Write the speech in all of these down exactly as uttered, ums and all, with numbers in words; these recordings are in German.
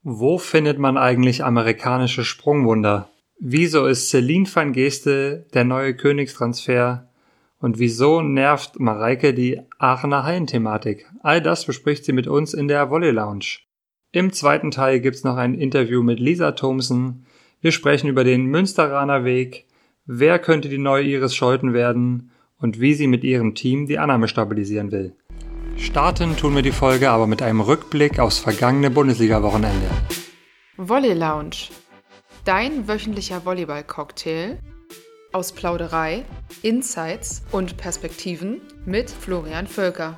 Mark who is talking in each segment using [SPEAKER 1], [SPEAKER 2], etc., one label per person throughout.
[SPEAKER 1] Wo findet man eigentlich amerikanische Sprungwunder? Wieso ist Celine van Geeste der neue Königstransfer? Und wieso nervt Mareike die Aachener Hallen-Thematik? All das bespricht sie mit uns in der Volley Lounge. Im zweiten Teil gibt's noch ein Interview mit Lisa Thomsen. Wir sprechen über den Münsteraner Weg, wer könnte die neue Iris Scholten werden und wie sie mit ihrem Team die Annahme stabilisieren will. Starten tun wir die Folge aber mit einem Rückblick aufs vergangene Bundesliga-Wochenende.
[SPEAKER 2] Volley Lounge, dein wöchentlicher Volleyball-Cocktail aus Plauderei, Insights und Perspektiven mit Florian Völker.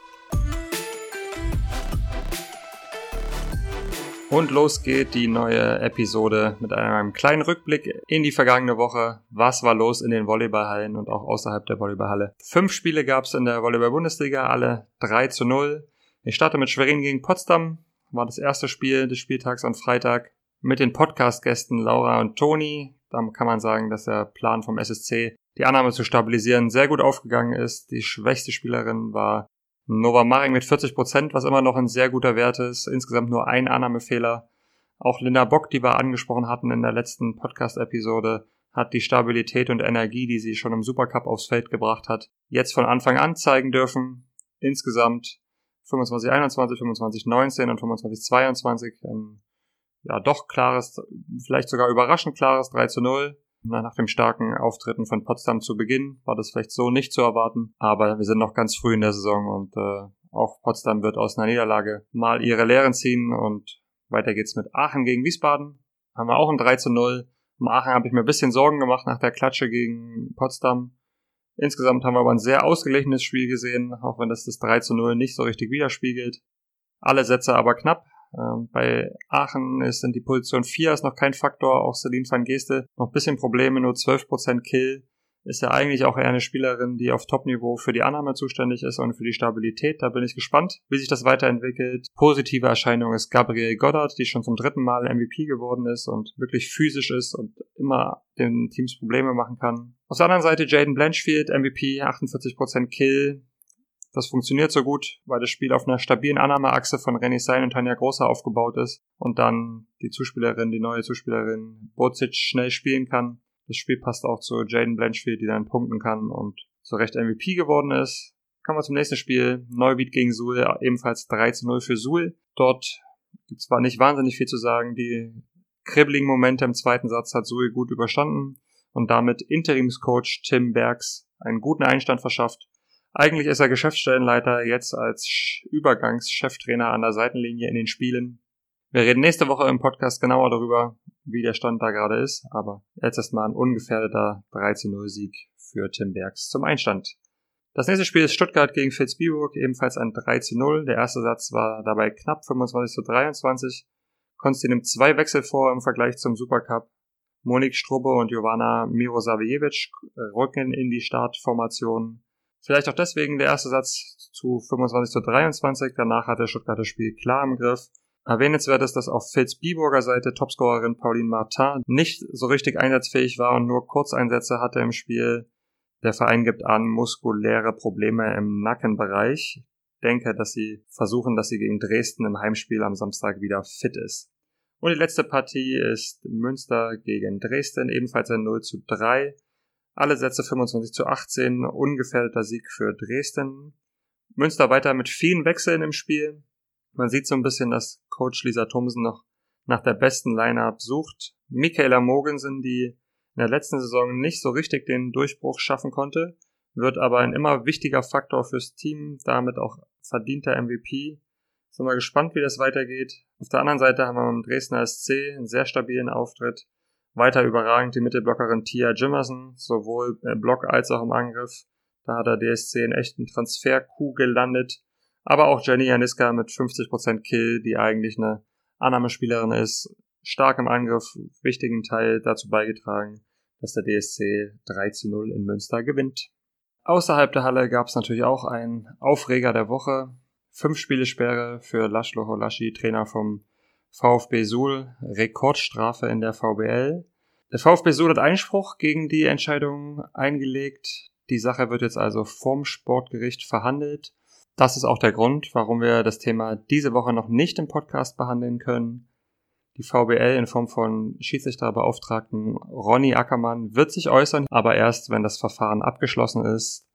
[SPEAKER 1] Und los geht die neue Episode mit einem kleinen Rückblick in die vergangene Woche. Was war los in den Volleyballhallen und auch außerhalb der Volleyballhalle? Fünf Spiele gab es in der Volleyball-Bundesliga, alle drei zu null. Ich starte mit Schwerin gegen Potsdam. War das erste Spiel des Spieltags am Freitag. Mit den Podcast-Gästen Laura und Toni. Da kann man sagen, dass der Plan vom S S C, die Annahme zu stabilisieren, sehr gut aufgegangen ist. Die schwächste Spielerin war Nova Maring mit vierzig Prozent, was immer noch ein sehr guter Wert ist. Insgesamt nur ein Annahmefehler. Auch Linda Bock, die wir angesprochen hatten in der letzten Podcast-Episode, hat die Stabilität und Energie, die sie schon im Supercup aufs Feld gebracht hat, jetzt von Anfang an zeigen dürfen. Insgesamt fünfundzwanzig einundzwanzig, fünfundzwanzig neunzehn und fünfundzwanzig zweiundzwanzig. Ein ja doch klares, vielleicht sogar überraschend klares drei zu null. Nach dem starken Auftreten von Potsdam zu Beginn war das vielleicht so nicht zu erwarten, aber wir sind noch ganz früh in der Saison und äh, auch Potsdam wird aus einer Niederlage mal ihre Lehren ziehen und weiter geht's mit Aachen gegen Wiesbaden. Haben wir auch ein drei zu null. Um Aachen habe ich mir ein bisschen Sorgen gemacht nach der Klatsche gegen Potsdam. Insgesamt haben wir aber ein sehr ausgeglichenes Spiel gesehen, auch wenn das das drei zu null nicht so richtig widerspiegelt. Alle Sätze aber knapp. Ähm, bei Aachen ist in die Position vier ist noch kein Faktor, auch Celine van Geeste noch ein bisschen Probleme, nur zwölf Prozent Kill. Ist ja eigentlich auch eher eine Spielerin, die auf Top-Niveau für die Annahme zuständig ist und für die Stabilität. Da bin ich gespannt, wie sich das weiterentwickelt. Positive Erscheinung ist Gabrielle Goddard, die schon zum dritten Mal M V P geworden ist und wirklich physisch ist und immer den Teams Probleme machen kann. Auf der anderen Seite Jaden Blanchfield, M V P, achtundvierzig Prozent Kill. Das funktioniert so gut, weil das Spiel auf einer stabilen Annahmeachse von Renny Sein und Tanja Großer aufgebaut ist und dann die Zuspielerin, die neue Zuspielerin Bocic schnell spielen kann. Das Spiel passt auch zu Jaden Blanchfield, die dann punkten kann und zu Recht M V P geworden ist. Kommen wir zum nächsten Spiel. Neuwied gegen Suhl, ebenfalls drei zu null für Suhl. Dort gibt es zwar nicht wahnsinnig viel zu sagen. Die kribbeligen Momente im zweiten Satz hat Suhl gut überstanden und damit Interimscoach Tim Bergs einen guten Einstand verschafft. Eigentlich ist er Geschäftsstellenleiter, jetzt als Übergangscheftrainer an der Seitenlinie in den Spielen. Wir reden nächste Woche im Podcast genauer darüber, wie der Stand da gerade ist, aber jetzt erstmal ein ungefährdeter drei zu null Sieg für Tim Bergs zum Einstand. Das nächste Spiel ist Stuttgart gegen Vilsbiburg, ebenfalls ein drei zu null. Der erste Satz war dabei knapp fünfundzwanzig zu dreiundzwanzig. Konstantin nimmt zwei Wechsel vor im Vergleich zum Supercup. Monique Strubbe und Jovana Mirosavljevic rücken in die Startformation. Vielleicht auch deswegen der erste Satz zu fünfundzwanzig zu dreiundzwanzig. Danach hat der Stuttgarter Spiel klar im Griff. Erwähnenswert ist, dass auf Vilsbiburger Seite Topscorerin Pauline Martin nicht so richtig einsatzfähig war und nur Kurzeinsätze hatte im Spiel. Der Verein gibt an muskuläre Probleme im Nackenbereich. Ich denke, dass sie versuchen, dass sie gegen Dresden im Heimspiel am Samstag wieder fit ist. Und die letzte Partie ist Münster gegen Dresden, ebenfalls ein null zu drei. Alle Sätze fünfundzwanzig zu achtzehn, ungefährdeter Sieg für Dresden. Münster weiter mit vielen Wechseln im Spiel. Man sieht so ein bisschen, dass Coach Lisa Thomsen noch nach der besten Line-Up sucht. Michaela Mogensen, die in der letzten Saison nicht so richtig den Durchbruch schaffen konnte, wird aber ein immer wichtiger Faktor fürs Team, damit auch verdienter M V P. Sind wir gespannt, wie das weitergeht. Auf der anderen Seite haben wir im Dresdner S C einen sehr stabilen Auftritt. Weiter überragend die Mittelblockerin Tia Jimerson, sowohl im Block als auch im Angriff. Da hat der D S C einen echten Transfer-Coup gelandet. Aber auch Jenny Janiska mit fünfzig Prozent Kill, die eigentlich eine Annahmespielerin ist, stark im Angriff, wichtigen Teil dazu beigetragen, dass der D S C drei zu null in Münster gewinnt. Außerhalb der Halle gab es natürlich auch einen Aufreger der Woche. Fünf Spielesperre für Laszlo Holaschi, Trainer vom VfB Suhl, Rekordstrafe in der V B L. Der VfB Suhl hat Einspruch gegen die Entscheidung eingelegt. Die Sache wird jetzt also vorm Sportgericht verhandelt. Das ist auch der Grund, warum wir das Thema diese Woche noch nicht im Podcast behandeln können. Die V B L in Form von Schiedsrichterbeauftragten Ronny Ackermann wird sich äußern, aber erst, wenn das Verfahren abgeschlossen ist.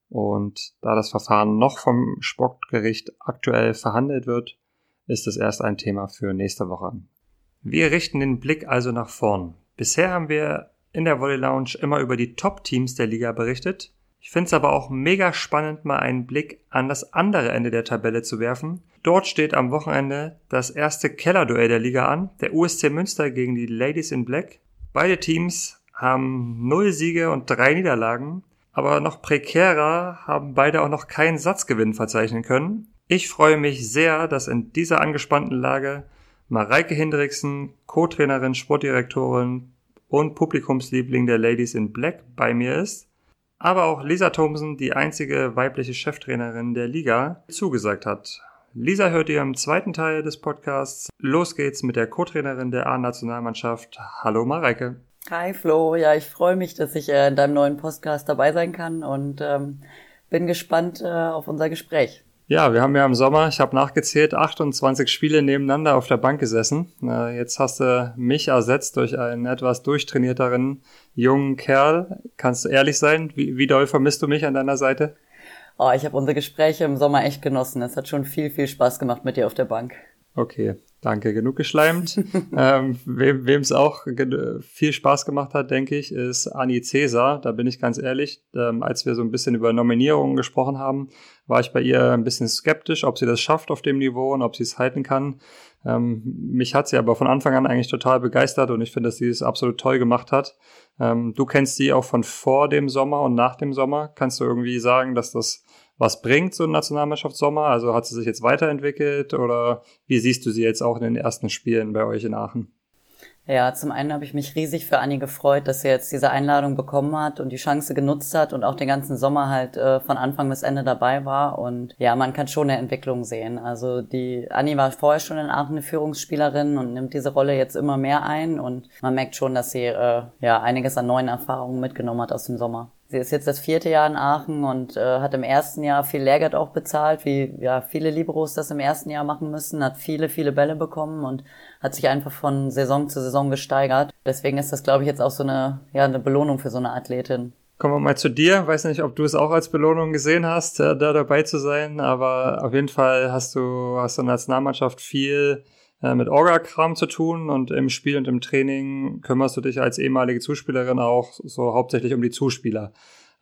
[SPEAKER 1] Und da das Verfahren noch vom Sportgericht aktuell verhandelt wird, ist es erst ein Thema für nächste Woche. Wir richten den Blick also nach vorn. Bisher haben wir in der Volley Lounge immer über die Top-Teams der Liga berichtet. Ich finde es aber auch mega spannend, mal einen Blick an das andere Ende der Tabelle zu werfen. Dort steht am Wochenende das erste Kellerduell der Liga an, der U S C Münster gegen die Ladies in Black. Beide Teams haben null Siege und drei Niederlagen, aber noch prekärer haben beide auch noch keinen Satzgewinn verzeichnen können. Ich freue mich sehr, dass in dieser angespannten Lage Mareike Hindriksen, Co-Trainerin, Sportdirektorin und Publikumsliebling der Ladies in Black bei mir ist, aber auch Lisa Thomsen, die einzige weibliche Cheftrainerin der Liga, zugesagt hat. Lisa hört ihr im zweiten Teil des Podcasts. Los geht's mit der Co-Trainerin der A-Nationalmannschaft. Hallo Mareike.
[SPEAKER 3] Hi Flo, ja, ich freue mich, dass ich äh, in deinem neuen Podcast dabei sein kann und ähm, bin gespannt äh, auf unser Gespräch.
[SPEAKER 1] Ja, wir haben ja im Sommer, ich habe nachgezählt, achtundzwanzig Spiele nebeneinander auf der Bank gesessen. Äh, jetzt hast du mich ersetzt durch einen etwas durchtrainierteren jungen Kerl. Kannst du ehrlich sein? Wie, wie doll vermisst du mich an deiner Seite?
[SPEAKER 3] Oh, ich habe unsere Gespräche im Sommer echt genossen. Es hat schon viel, viel Spaß gemacht mit dir auf der Bank.
[SPEAKER 1] Okay, danke. Genug geschleimt. ähm, wem es auch ge- viel Spaß gemacht hat, denke ich, ist Anni Cäsar. Da bin ich ganz ehrlich, ähm, als wir so ein bisschen über Nominierungen gesprochen haben, war ich bei ihr ein bisschen skeptisch, ob sie das schafft auf dem Niveau und ob sie es halten kann. Ähm, mich hat sie aber von Anfang an eigentlich total begeistert und ich finde, dass sie es absolut toll gemacht hat. Ähm, du kennst sie auch von vor dem Sommer und nach dem Sommer. Kannst du irgendwie sagen, dass das was bringt, so ein Nationalmannschaftssommer? Also hat sie sich jetzt weiterentwickelt oder wie siehst du sie jetzt auch in den ersten Spielen bei euch in Aachen?
[SPEAKER 3] Ja, zum einen habe ich mich riesig für Anni gefreut, dass sie jetzt diese Einladung bekommen hat und die Chance genutzt hat und auch den ganzen Sommer halt äh, von Anfang bis Ende dabei war. Und ja, man kann schon eine Entwicklung sehen. Also die Anni war vorher schon in Aachen eine Führungsspielerin und nimmt diese Rolle jetzt immer mehr ein. Und man merkt schon, dass sie äh, ja einiges an neuen Erfahrungen mitgenommen hat aus dem Sommer. Sie ist jetzt das vierte Jahr in Aachen und äh, hat im ersten Jahr viel Lehrgeld auch bezahlt, wie ja viele Liberos das im ersten Jahr machen müssen, hat viele, viele Bälle bekommen und hat sich einfach von Saison zu Saison gesteigert. Deswegen ist das, glaube ich, jetzt auch so eine ja eine Belohnung für so eine Athletin.
[SPEAKER 1] Kommen wir mal zu dir. Weiß nicht, ob du es auch als Belohnung gesehen hast, da dabei zu sein, aber auf jeden Fall hast du hast du in der Nationalmannschaft viel mit Orga-Kram zu tun und im Spiel und im Training kümmerst du dich als ehemalige Zuspielerin auch so hauptsächlich um die Zuspieler.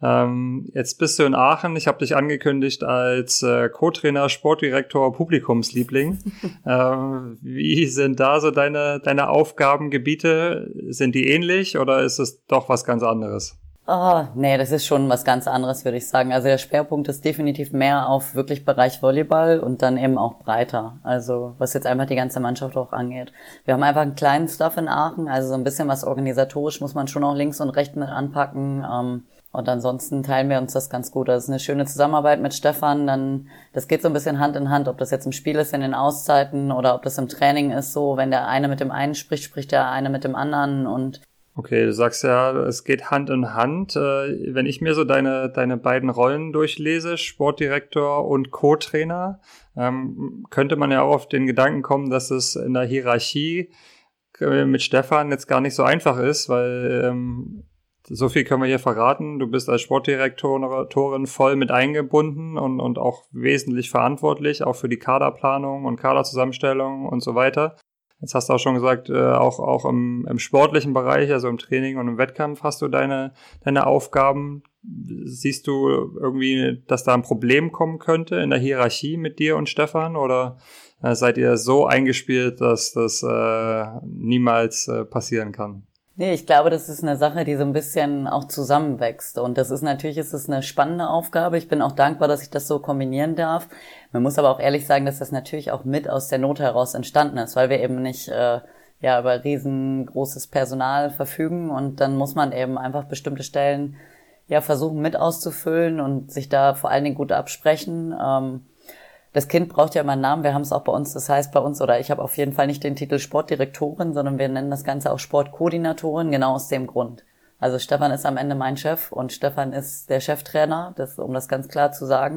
[SPEAKER 1] Ähm, jetzt bist du in Aachen. Ich habe dich angekündigt als äh, Co-Trainer, Sportdirektor, Publikumsliebling. ähm, wie sind da so deine deine Aufgabengebiete? Sind die ähnlich oder ist es doch was ganz anderes?
[SPEAKER 3] Oh, nee, das ist schon was ganz anderes, würde ich sagen. Also der Schwerpunkt ist definitiv mehr auf wirklich Bereich Volleyball und dann eben auch breiter. Also was jetzt einfach die ganze Mannschaft auch angeht. Wir haben einfach einen kleinen Stuff in Aachen, also so ein bisschen was organisatorisch muss man schon auch links und rechts mit anpacken. Ähm, und ansonsten teilen wir uns das ganz gut. Das ist eine schöne Zusammenarbeit mit Stefan. Dann, das geht so ein bisschen Hand in Hand, ob das jetzt im Spiel ist in den Auszeiten oder ob das im Training ist so, wenn der eine mit dem einen spricht, spricht der eine mit dem anderen und
[SPEAKER 1] okay, du sagst ja, es geht Hand in Hand. Wenn ich mir so deine deine beiden Rollen durchlese, Sportdirektor und Co-Trainer, ähm, könnte man ja auch auf den Gedanken kommen, dass es in der Hierarchie mit Stefan jetzt gar nicht so einfach ist, weil ähm, so viel können wir hier verraten. Du bist als Sportdirektorin voll mit eingebunden und, und auch wesentlich verantwortlich, auch für die Kaderplanung und Kaderzusammenstellung und so weiter. Jetzt hast du auch schon gesagt, äh, auch auch im, im sportlichen Bereich, also im Training und im Wettkampf hast du deine deine Aufgaben. Siehst du irgendwie, dass da ein Problem kommen könnte in der Hierarchie mit dir und Stefan oder äh, seid ihr so eingespielt, dass das äh, niemals äh, passieren kann?
[SPEAKER 3] Nee, ich glaube, das ist eine Sache, die so ein bisschen auch zusammenwächst. Und das ist natürlich, ist es eine spannende Aufgabe. Ich bin auch dankbar, dass ich das so kombinieren darf. Man muss aber auch ehrlich sagen, dass das natürlich auch mit aus der Not heraus entstanden ist, weil wir eben nicht äh, ja über riesengroßes Personal verfügen. Und dann muss man eben einfach bestimmte Stellen ja versuchen mit auszufüllen und sich da vor allen Dingen gut absprechen. Ähm, Das Kind braucht ja immer einen Namen, wir haben es auch bei uns, das heißt bei uns, oder ich habe auf jeden Fall nicht den Titel Sportdirektorin, sondern wir nennen das Ganze auch Sportkoordinatorin, genau aus dem Grund. Also Stefan ist am Ende mein Chef und Stefan ist der Cheftrainer, das, um das ganz klar zu sagen.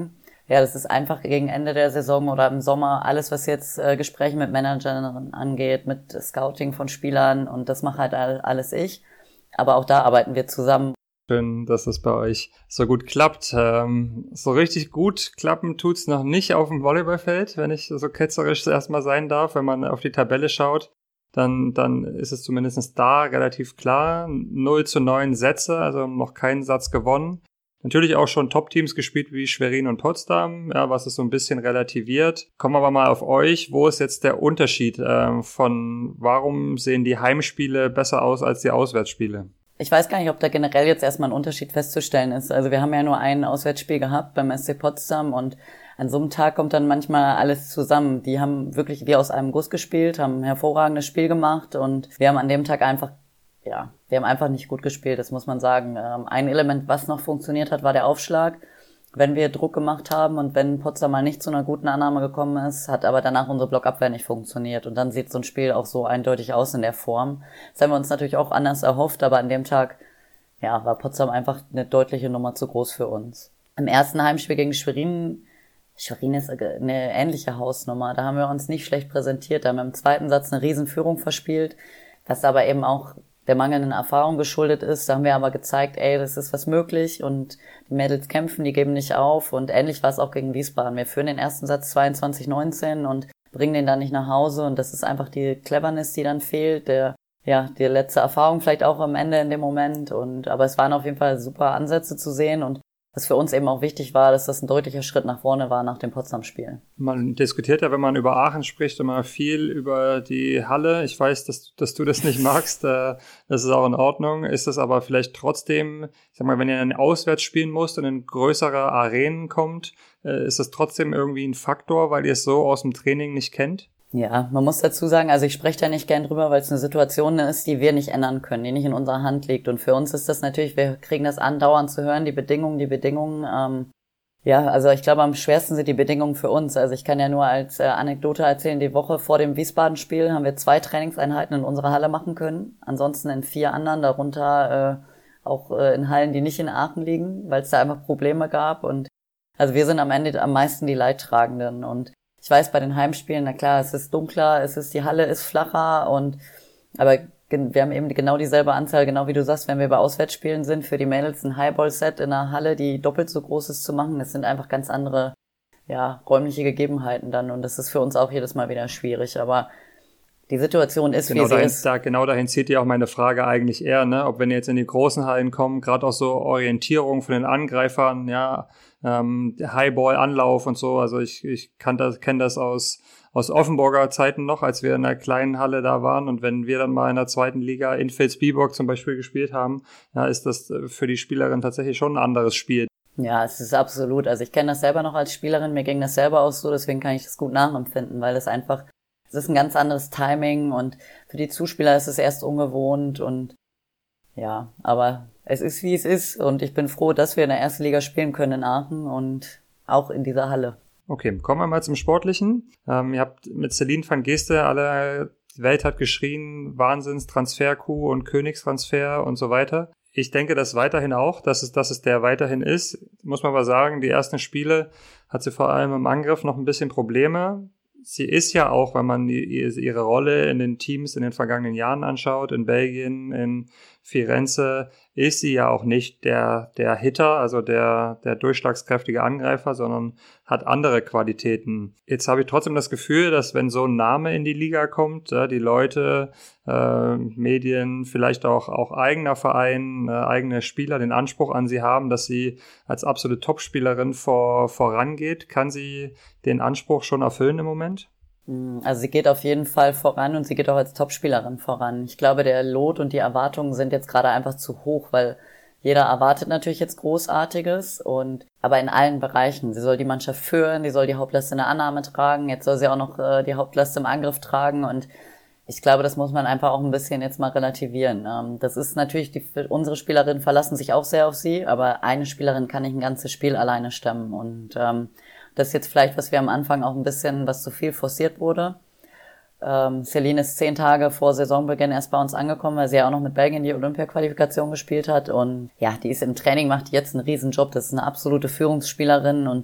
[SPEAKER 3] ja, das ist einfach gegen Ende der Saison oder im Sommer alles, was jetzt äh, Gespräche mit Managern angeht, mit Scouting von Spielern und das mache halt alles ich. Aber auch da arbeiten wir zusammen.
[SPEAKER 1] Schön, dass das bei euch so gut klappt. Ähm, so richtig gut klappen tut's noch nicht auf dem Volleyballfeld, wenn ich so ketzerisch erstmal sein darf. Wenn man auf die Tabelle schaut, dann dann ist es zumindest da relativ klar. null zu neun Sätze, also noch keinen Satz gewonnen. Natürlich auch schon Top-Teams gespielt wie Schwerin und Potsdam, ja, was es so ein bisschen relativiert. Kommen wir aber mal auf euch. Wo ist jetzt der Unterschied äh, von, warum sehen die Heimspiele besser aus als die Auswärtsspiele?
[SPEAKER 3] Ich weiß gar nicht, ob da generell jetzt erstmal ein Unterschied festzustellen ist. Also wir haben ja nur ein Auswärtsspiel gehabt beim S C Potsdam und an so einem Tag kommt dann manchmal alles zusammen. Die haben wirklich wie aus einem Guss gespielt, haben ein hervorragendes Spiel gemacht und wir haben an dem Tag einfach Ja, wir haben einfach nicht gut gespielt, das muss man sagen. Ein Element, was noch funktioniert hat, war der Aufschlag. Wenn wir Druck gemacht haben und wenn Potsdam mal nicht zu einer guten Annahme gekommen ist, hat aber danach unsere Blockabwehr nicht funktioniert. Und dann sieht so ein Spiel auch so eindeutig aus in der Form. Das haben wir uns natürlich auch anders erhofft, aber an dem Tag, ja, war Potsdam einfach eine deutliche Nummer zu groß für uns. Im ersten Heimspiel gegen Schwerin, Schwerin ist eine ähnliche Hausnummer, da haben wir uns nicht schlecht präsentiert. Da haben wir im zweiten Satz eine Riesenführung verspielt, was aber eben auch der mangelnden Erfahrung geschuldet ist. Da haben wir aber gezeigt, ey, das ist was möglich und die Mädels kämpfen, die geben nicht auf und ähnlich war es auch gegen Wiesbaden. Wir führen den ersten Satz zweiundzwanzig neunzehn und bringen den dann nicht nach Hause und das ist einfach die Cleverness, die dann fehlt, der, ja, die letzte Erfahrung vielleicht auch am Ende in dem Moment und, aber es waren auf jeden Fall super Ansätze zu sehen und was für uns eben auch wichtig war, dass das ein deutlicher Schritt nach vorne war nach dem Potsdam-Spiel.
[SPEAKER 1] Man diskutiert ja, wenn man über Aachen spricht, immer viel über die Halle. Ich weiß, dass, dass du das nicht magst. Äh, das ist auch in Ordnung. Ist es aber vielleicht trotzdem, ich sag mal, wenn ihr dann auswärts spielen musst und in größere Arenen kommt, äh, ist das trotzdem irgendwie ein Faktor, weil ihr es so aus dem Training nicht kennt?
[SPEAKER 3] Ja, man muss dazu sagen, also ich spreche da nicht gern drüber, weil es eine Situation ist, die wir nicht ändern können, die nicht in unserer Hand liegt. Und für uns ist das natürlich, wir kriegen das andauernd zu hören, die Bedingungen, die Bedingungen. Ähm, ja, also ich glaube, am schwersten sind die Bedingungen für uns. Also ich kann ja nur als äh, Anekdote erzählen, die Woche vor dem Wiesbaden-Spiel haben wir zwei Trainingseinheiten in unserer Halle machen können. Ansonsten in vier anderen, darunter äh, auch äh, in Hallen, die nicht in Aachen liegen, weil es da einfach Probleme gab. Und also wir sind am Ende am meisten die Leidtragenden und ich weiß, bei den Heimspielen, na klar, es ist dunkler, es ist, die Halle ist flacher und, aber wir haben eben genau dieselbe Anzahl, genau wie du sagst, wenn wir bei Auswärtsspielen sind, für die Mädels ein Highball-Set in einer Halle, die doppelt so groß ist zu machen. Das sind einfach ganz andere, ja, räumliche Gegebenheiten dann und das ist für uns auch jedes Mal wieder schwierig, aber die Situation ist,
[SPEAKER 1] genau
[SPEAKER 3] wie sie
[SPEAKER 1] dahin,
[SPEAKER 3] ist.
[SPEAKER 1] Da, genau dahin zieht ja auch meine Frage eigentlich eher, ne, ob wenn ihr jetzt in die großen Hallen kommt, gerade auch so Orientierung von den Angreifern, ja, ähm, Highball, Anlauf und so, also ich ich kann das kenne das aus aus Offenburger Zeiten noch, als wir in einer kleinen Halle da waren und wenn wir dann mal in der zweiten Liga in Vilsbiburg zum Beispiel gespielt haben, ja, ist das für die Spielerin tatsächlich schon ein anderes Spiel.
[SPEAKER 3] Ja, es ist absolut, also ich kenne das selber noch als Spielerin, mir ging das selber auch so, deswegen kann ich das gut nachempfinden, weil es einfach, es ist ein ganz anderes Timing und für die Zuspieler ist es erst ungewohnt und ja, aber es ist, wie es ist und ich bin froh, dass wir in der ersten Liga spielen können in Aachen und auch in dieser Halle.
[SPEAKER 1] Okay, kommen wir mal zum Sportlichen. Ähm, ihr habt mit Celine van Geeste alle, die Welt hat geschrien, Wahnsinnstransfer-Coup und Königstransfer und so weiter. Ich denke das weiterhin auch, dass es, dass es der weiterhin ist. Muss man aber sagen, die ersten Spiele hat sie vor allem im Angriff noch ein bisschen Probleme. Sie ist ja auch, wenn man die, ihre Rolle in den Teams in den vergangenen Jahren anschaut, in Belgien, in Firenze, ist sie ja auch nicht der der Hitter, also der der durchschlagskräftige Angreifer, sondern hat andere Qualitäten. Jetzt habe ich trotzdem das Gefühl, dass wenn so ein Name in die Liga kommt, ja, die Leute, äh, Medien, vielleicht auch auch eigener Verein, äh, eigene Spieler den Anspruch an sie haben, dass sie als absolute Topspielerin vor vorangeht. Kann sie den Anspruch schon erfüllen im Moment?
[SPEAKER 3] Also sie geht auf jeden Fall voran und sie geht auch als Topspielerin voran. Ich glaube, der Lot und die Erwartungen sind jetzt gerade einfach zu hoch, weil jeder erwartet natürlich jetzt Großartiges und aber in allen Bereichen. Sie soll die Mannschaft führen, sie soll die Hauptlast in der Annahme tragen, jetzt soll sie auch noch äh, die Hauptlast im Angriff tragen und ich glaube, das muss man einfach auch ein bisschen jetzt mal relativieren. Ähm, das ist natürlich, die, unsere Spielerinnen verlassen sich auch sehr auf sie, aber eine Spielerin kann nicht ein ganzes Spiel alleine stemmen und ähm, das ist jetzt vielleicht, was wir am Anfang auch ein bisschen, was zu viel forciert wurde. Ähm, Celine ist zehn Tage vor Saisonbeginn erst bei uns angekommen, weil sie ja auch noch mit Belgien die Olympia-Qualifikation gespielt hat. Und ja, die ist im Training, macht jetzt einen Riesenjob. Das ist eine absolute Führungsspielerin und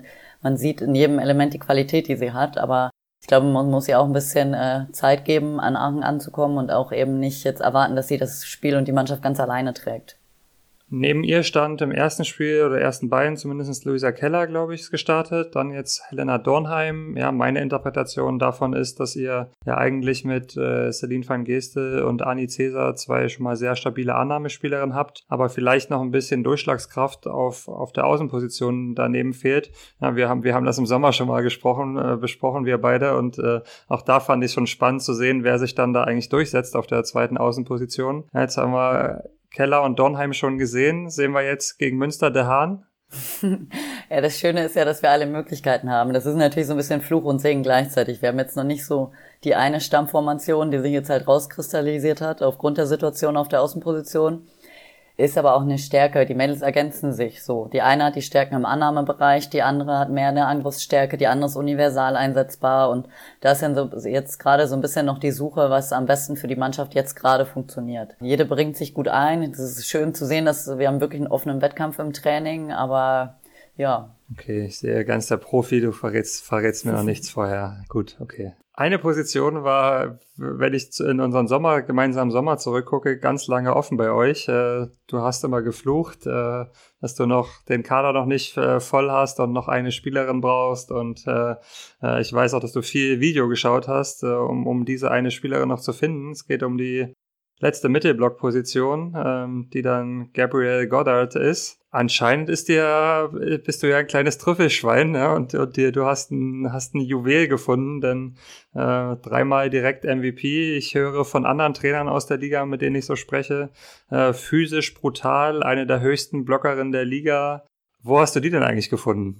[SPEAKER 3] man sieht in jedem Element die Qualität, die sie hat, aber ich glaube, man muss ihr auch ein bisschen äh, Zeit geben, an Aachen anzukommen und auch eben nicht jetzt erwarten, dass sie das Spiel und die Mannschaft ganz alleine trägt.
[SPEAKER 1] Neben ihr stand im ersten Spiel oder ersten beiden zumindest Luisa Keller, glaube ich, ist gestartet. Dann jetzt Helena Dornheim. Ja, meine Interpretation davon ist, dass ihr ja eigentlich mit äh, Celine van Geestel und Ani Cesar zwei schon mal sehr stabile Annahmespielerinnen habt, aber vielleicht noch ein bisschen Durchschlagskraft auf auf der Außenposition daneben fehlt. Ja, wir haben wir haben das im Sommer schon mal gesprochen, äh, besprochen, wir beide, und äh, auch da fand ich schon spannend zu sehen, wer sich dann da eigentlich durchsetzt auf der zweiten Außenposition. Ja, jetzt haben wir Keller und Dornheim schon gesehen. Sehen wir jetzt gegen Münster de Haan?
[SPEAKER 3] Ja, das Schöne ist ja, dass wir alle Möglichkeiten haben. Das ist natürlich so ein bisschen Fluch und Segen gleichzeitig. Wir haben jetzt noch nicht so die eine Stammformation, die sich jetzt halt rauskristallisiert hat aufgrund der Situation auf der Außenposition. Ist aber auch eine Stärke. Die Mädels ergänzen sich so. Die eine hat die Stärken im Annahmebereich, die andere hat mehr eine Angriffsstärke, die andere ist universal einsetzbar, und da ist dann so jetzt gerade so ein bisschen noch die Suche, was am besten für die Mannschaft jetzt gerade funktioniert. Jede bringt sich gut ein. Es ist schön zu sehen, dass wir haben wirklich einen offenen Wettkampf im Training, aber ja.
[SPEAKER 1] Okay, ich sehe ganz der Profi, du verrätst, verrätst mir noch nichts vorher. Gut, okay. Eine Position war, wenn ich in unseren Sommer, gemeinsamen Sommer zurückgucke, ganz lange offen bei euch. Du hast immer geflucht, dass du noch den Kader noch nicht voll hast und noch eine Spielerin brauchst. Und ich weiß auch, dass du viel Video geschaut hast, um, um diese eine Spielerin noch zu finden. Es geht um die letzte Mittelblock-Position, die dann Gabrielle Goddard ist. Anscheinend ist dir, bist du ja ein kleines Trüffelschwein, ja, und, und dir, du hast ein, hast ein Juwel gefunden, denn äh, dreimal direkt M V P. Ich höre von anderen Trainern aus der Liga, mit denen ich so spreche, äh, physisch brutal, eine der höchsten Blockerinnen der Liga. Wo hast du die denn eigentlich gefunden?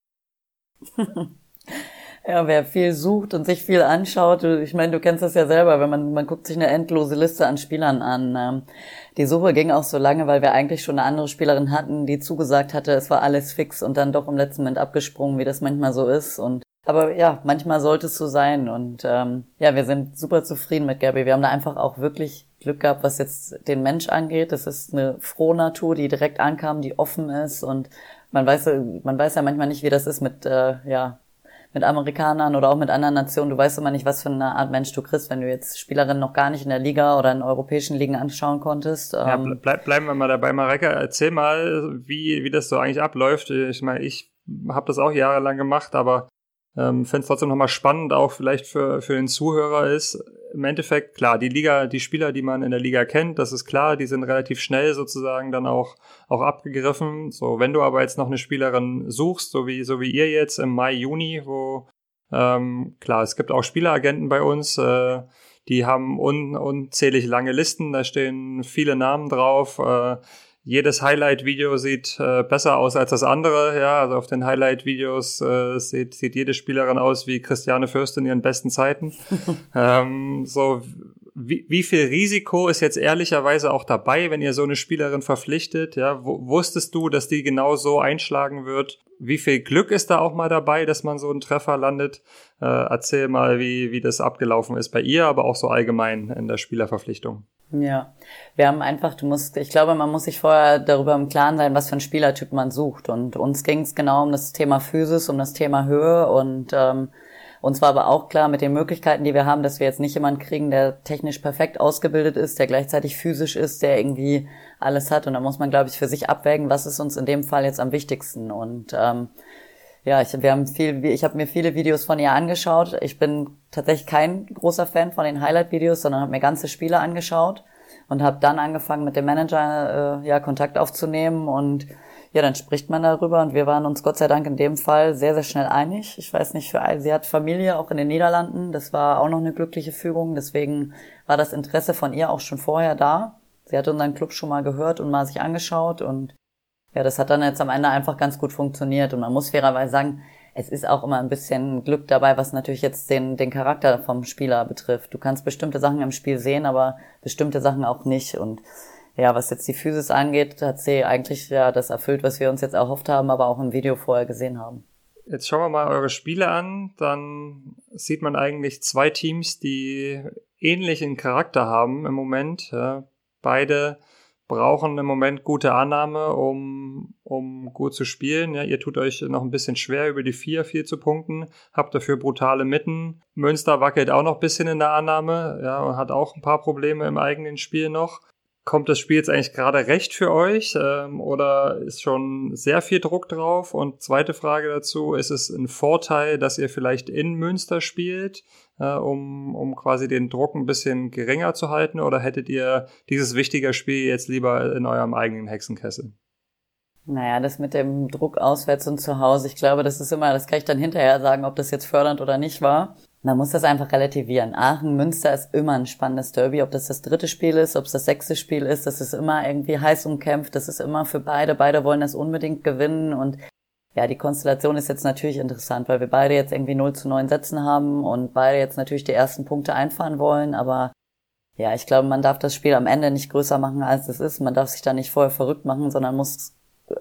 [SPEAKER 3] Ja, wer viel sucht und sich viel anschaut, ich meine, du kennst das ja selber, wenn man man guckt sich eine endlose Liste an Spielern an. Die Suche ging auch so lange, weil wir eigentlich schon eine andere Spielerin hatten, die zugesagt hatte, es war alles fix und dann doch im letzten Moment abgesprungen, wie das manchmal so ist. Und aber ja, manchmal sollte es so sein, und ähm, ja, wir sind super zufrieden mit Gabi. Wir haben da einfach auch wirklich Glück gehabt, was jetzt den Mensch angeht. Das ist eine frohe Natur, die direkt ankam, die offen ist, und man weiß man weiß ja manchmal nicht, wie das ist mit äh, ja mit Amerikanern oder auch mit anderen Nationen. Du weißt immer nicht, was für eine Art Mensch du kriegst, wenn du jetzt Spielerinnen noch gar nicht in der Liga oder in europäischen Ligen anschauen konntest.
[SPEAKER 1] Ja, bleib, bleiben wir mal dabei, Mareike. Erzähl mal, wie wie das so eigentlich abläuft. Ich meine, ich habe das auch jahrelang gemacht, aber ähm, finde es trotzdem nochmal spannend, auch vielleicht für für den Zuhörer ist. Im Endeffekt, klar, die Liga, die Spieler, die man in der Liga kennt, das ist klar, die sind relativ schnell sozusagen dann auch auch abgegriffen. So, wenn du aber jetzt noch eine Spielerin suchst, so wie so wie ihr jetzt im Mai, Juni, wo ähm, klar, es gibt auch Spieleragenten bei uns, äh, die haben un, unzählig lange Listen, da stehen viele Namen drauf. Äh, Jedes Highlight-Video sieht äh, besser aus als das andere, ja, also auf den Highlight-Videos äh, sieht, sieht jede Spielerin aus wie Christiane Fürst in ihren besten Zeiten. ähm, so, wie, wie viel Risiko ist jetzt ehrlicherweise auch dabei, wenn ihr so eine Spielerin verpflichtet, ja, w- wusstest du, dass die genau so einschlagen wird? Wie viel Glück ist da auch mal dabei, dass man so einen Treffer landet? Äh, erzähl mal, wie, wie das abgelaufen ist bei ihr, aber auch so allgemein in der Spielerverpflichtung.
[SPEAKER 3] Ja, wir haben einfach, du musst, ich glaube, man muss sich vorher darüber im Klaren sein, was für ein Spielertyp man sucht. Und uns ging es genau um das Thema Physis, um das Thema Höhe, und ähm, uns war aber auch klar mit den Möglichkeiten, die wir haben, dass wir jetzt nicht jemanden kriegen, der technisch perfekt ausgebildet ist, der gleichzeitig physisch ist, der irgendwie alles hat. Und da muss man, glaube ich, für sich abwägen, was ist uns in dem Fall jetzt am wichtigsten. Und ähm, ja, ich, wir haben viel, ich habe mir viele Videos von ihr angeschaut. Ich bin tatsächlich kein großer Fan von den Highlight-Videos, sondern habe mir ganze Spiele angeschaut und habe dann angefangen, mit dem Manager äh, ja Kontakt aufzunehmen, und ja, dann spricht man darüber, und wir waren uns Gott sei Dank in dem Fall sehr, sehr schnell einig. Ich weiß nicht, für all, sie hat Familie auch in den Niederlanden, das war auch noch eine glückliche Fügung, deswegen war das Interesse von ihr auch schon vorher da. Sie hat unseren Club schon mal gehört und mal sich angeschaut, und ja, das hat dann jetzt am Ende einfach ganz gut funktioniert, und man muss fairerweise sagen, es ist auch immer ein bisschen Glück dabei, was natürlich jetzt den den Charakter vom Spieler betrifft. Du kannst bestimmte Sachen im Spiel sehen, aber bestimmte Sachen auch nicht, und ja, was jetzt die Physis angeht, hat sie eigentlich ja das erfüllt, was wir uns jetzt erhofft haben, aber auch im Video vorher gesehen haben.
[SPEAKER 1] Jetzt schauen wir mal eure Spiele an, dann sieht man eigentlich zwei Teams, die ähnlichen Charakter haben im Moment. Ja, beide brauchen im Moment gute Annahme, um, um gut zu spielen. Ja, ihr tut euch noch ein bisschen schwer, über die vier viel zu punkten, habt dafür brutale Mitten. Münster wackelt auch noch ein bisschen in der Annahme, ja, und hat auch ein paar Probleme im eigenen Spiel noch. Kommt das Spiel jetzt eigentlich gerade recht für euch, ähm, oder ist schon sehr viel Druck drauf? Und zweite Frage dazu, ist es ein Vorteil, dass ihr vielleicht in Münster spielt, äh, um, um quasi den Druck ein bisschen geringer zu halten, oder hättet ihr dieses wichtige Spiel jetzt lieber in eurem eigenen Hexenkessel?
[SPEAKER 3] Naja, das mit dem Druck auswärts und zu Hause, ich glaube, das ist immer, das kann ich dann hinterher sagen, ob das jetzt fördernd oder nicht war. Man muss das einfach relativieren. Aachen-Münster ist immer ein spannendes Derby, ob das das dritte Spiel ist, ob es das sechste Spiel ist, das ist immer irgendwie heiß umkämpft, das ist immer für beide, beide wollen das unbedingt gewinnen und ja, die Konstellation ist jetzt natürlich interessant, weil wir beide jetzt irgendwie null zu neun Sätzen haben und beide jetzt natürlich die ersten Punkte einfahren wollen, aber ja, ich glaube, man darf das Spiel am Ende nicht größer machen, als es ist, man darf sich da nicht vorher verrückt machen, sondern muss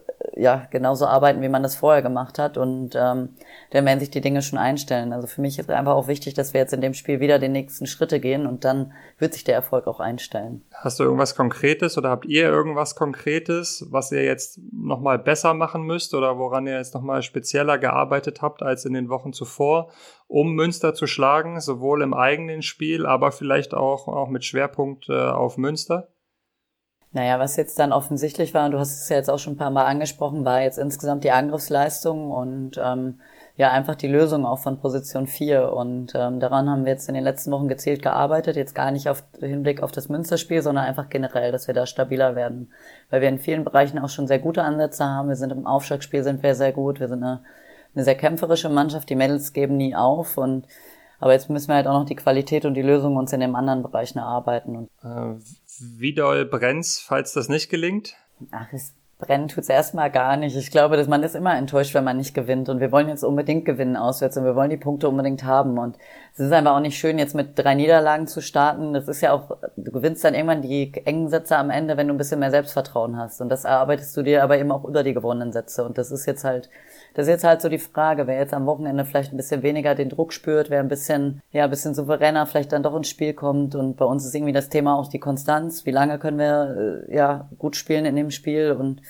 [SPEAKER 3] ja genauso arbeiten, wie man das vorher gemacht hat und ähm, dann werden sich die Dinge schon einstellen. Also für mich ist einfach auch wichtig, dass wir jetzt in dem Spiel wieder die nächsten Schritte gehen und dann wird sich der Erfolg auch einstellen.
[SPEAKER 1] Hast du irgendwas Konkretes oder habt ihr irgendwas Konkretes, was ihr jetzt nochmal besser machen müsst oder woran ihr jetzt nochmal spezieller gearbeitet habt als in den Wochen zuvor, um Münster zu schlagen, sowohl im eigenen Spiel, aber vielleicht auch, auch mit Schwerpunkt äh, auf Münster?
[SPEAKER 3] Naja, was jetzt dann offensichtlich war, und du hast es ja jetzt auch schon ein paar Mal angesprochen, war jetzt insgesamt die Angriffsleistung und ähm, ja einfach die Lösung auch von Position vier. Und ähm, daran haben wir jetzt in den letzten Wochen gezielt gearbeitet, jetzt gar nicht auf Hinblick auf das Münsterspiel, sondern einfach generell, dass wir da stabiler werden. Weil wir in vielen Bereichen auch schon sehr gute Ansätze haben. Wir sind im Aufschlagspiel sind wir sehr gut, wir sind eine, eine sehr kämpferische Mannschaft, die Mädels geben nie auf und aber jetzt müssen wir halt auch noch die Qualität und die Lösung uns in den anderen Bereichen erarbeiten. Und
[SPEAKER 1] äh, wie doll brennt's, falls das nicht gelingt?
[SPEAKER 3] Ach, es brennt tut's erstmal gar nicht. Ich glaube, dass man ist immer enttäuscht, wenn man nicht gewinnt. Und wir wollen jetzt unbedingt gewinnen auswärts und wir wollen die Punkte unbedingt haben. Und es ist einfach auch nicht schön, jetzt mit drei Niederlagen zu starten. Das ist ja auch, du gewinnst dann irgendwann die engen Sätze am Ende, wenn du ein bisschen mehr Selbstvertrauen hast. Und das erarbeitest du dir aber eben auch über die gewonnenen Sätze. Und das ist jetzt halt, das ist jetzt halt so die Frage, wer jetzt am Wochenende vielleicht ein bisschen weniger den Druck spürt, wer ein bisschen, ja, ein bisschen souveräner vielleicht dann doch ins Spiel kommt. Und bei uns ist irgendwie das Thema auch die Konstanz. Wie lange können wir, ja, gut spielen in dem Spiel? Und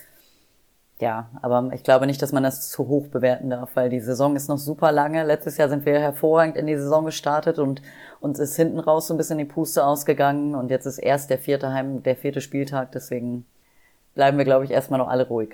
[SPEAKER 3] ja, aber ich glaube nicht, dass man das zu hoch bewerten darf, weil die Saison ist noch super lange. Letztes Jahr sind wir hervorragend in die Saison gestartet und uns ist hinten raus so ein bisschen die Puste ausgegangen und jetzt ist erst der vierte Heim, der vierte Spieltag, deswegen bleiben wir, glaube ich, erstmal noch alle ruhig.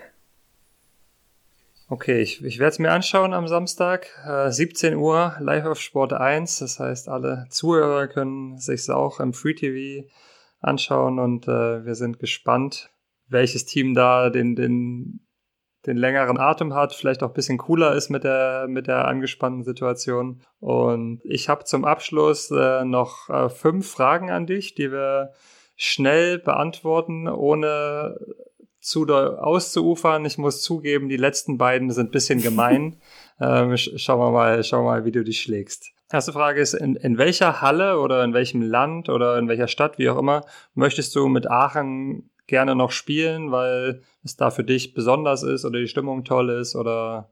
[SPEAKER 1] Okay, ich, ich werde es mir anschauen am Samstag, äh, siebzehn Uhr, live auf Sport eins. Das heißt, alle Zuhörer können sich auch im Free T V anschauen und äh, wir sind gespannt, welches Team da den, den, den längeren Atem hat, vielleicht auch ein bisschen cooler ist mit der, mit der angespannten Situation. Und ich habe zum Abschluss äh, noch äh, fünf Fragen an dich, die wir schnell beantworten, ohne zu doll auszuufern. Ich muss zugeben, die letzten beiden sind ein bisschen gemein. ähm, schauen wir mal, schauen wir mal, wie du dich schlägst. Erste Frage ist, in, in welcher Halle oder in welchem Land oder in welcher Stadt, wie auch immer, möchtest du mit Aachen gerne noch spielen, weil es da für dich besonders ist oder die Stimmung toll ist oder?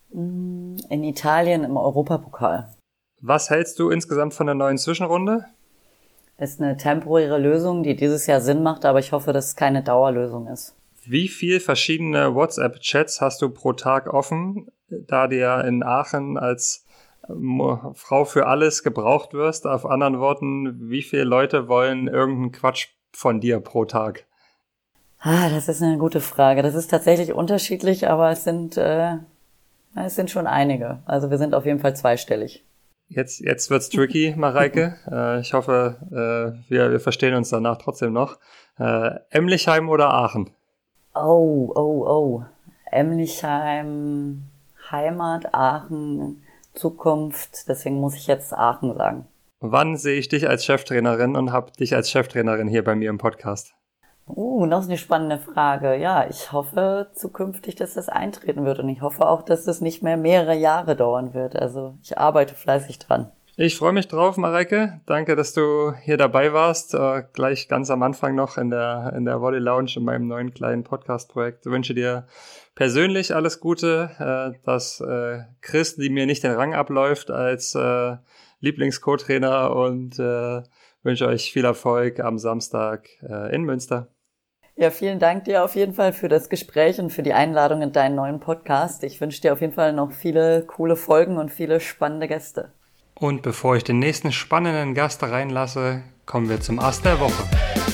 [SPEAKER 3] In Italien im Europapokal.
[SPEAKER 1] Was hältst du insgesamt von der neuen Zwischenrunde?
[SPEAKER 3] Ist eine temporäre Lösung, die dieses Jahr Sinn macht, aber ich hoffe, dass es keine Dauerlösung ist.
[SPEAKER 1] Wie viel verschiedene WhatsApp-Chats hast du pro Tag offen, da du ja in Aachen als Frau für alles gebraucht wirst? Auf anderen Worten, wie viele Leute wollen irgendeinen Quatsch von dir pro Tag?
[SPEAKER 3] Ah, das ist eine gute Frage. Das ist tatsächlich unterschiedlich, aber es sind, äh, es sind schon einige. Also wir sind auf jeden Fall zweistellig.
[SPEAKER 1] Jetzt, jetzt wird's tricky, Mareike. äh, ich hoffe, äh, wir, wir verstehen uns danach trotzdem noch. Äh, Emlichheim oder Aachen?
[SPEAKER 3] Oh, oh, oh. Emlichheim, Heimat, Aachen, Zukunft. Deswegen muss ich jetzt Aachen sagen.
[SPEAKER 1] Wann sehe ich dich als Cheftrainerin und habe dich als Cheftrainerin hier bei mir im Podcast?
[SPEAKER 3] Uh, noch eine spannende Frage. Ja, ich hoffe zukünftig, dass das eintreten wird und ich hoffe auch, dass das nicht mehr mehrere Jahre dauern wird. Also ich arbeite fleißig dran.
[SPEAKER 1] Ich freue mich drauf, Mareike. Danke, dass du hier dabei warst. Äh, gleich ganz am Anfang noch in der in der Volley Lounge in meinem neuen kleinen Podcast-Projekt. Ich wünsche dir persönlich alles Gute, äh, dass äh, Chris, die mir nicht den Rang abläuft, als äh, Lieblings-Co-Trainer und äh, wünsche euch viel Erfolg am Samstag äh, in Münster.
[SPEAKER 3] Ja, vielen Dank dir auf jeden Fall für das Gespräch und für die Einladung in deinen neuen Podcast. Ich wünsche dir auf jeden Fall noch viele coole Folgen und viele spannende Gäste.
[SPEAKER 1] Und bevor ich den nächsten spannenden Gast reinlasse, kommen wir zum Ass der Woche.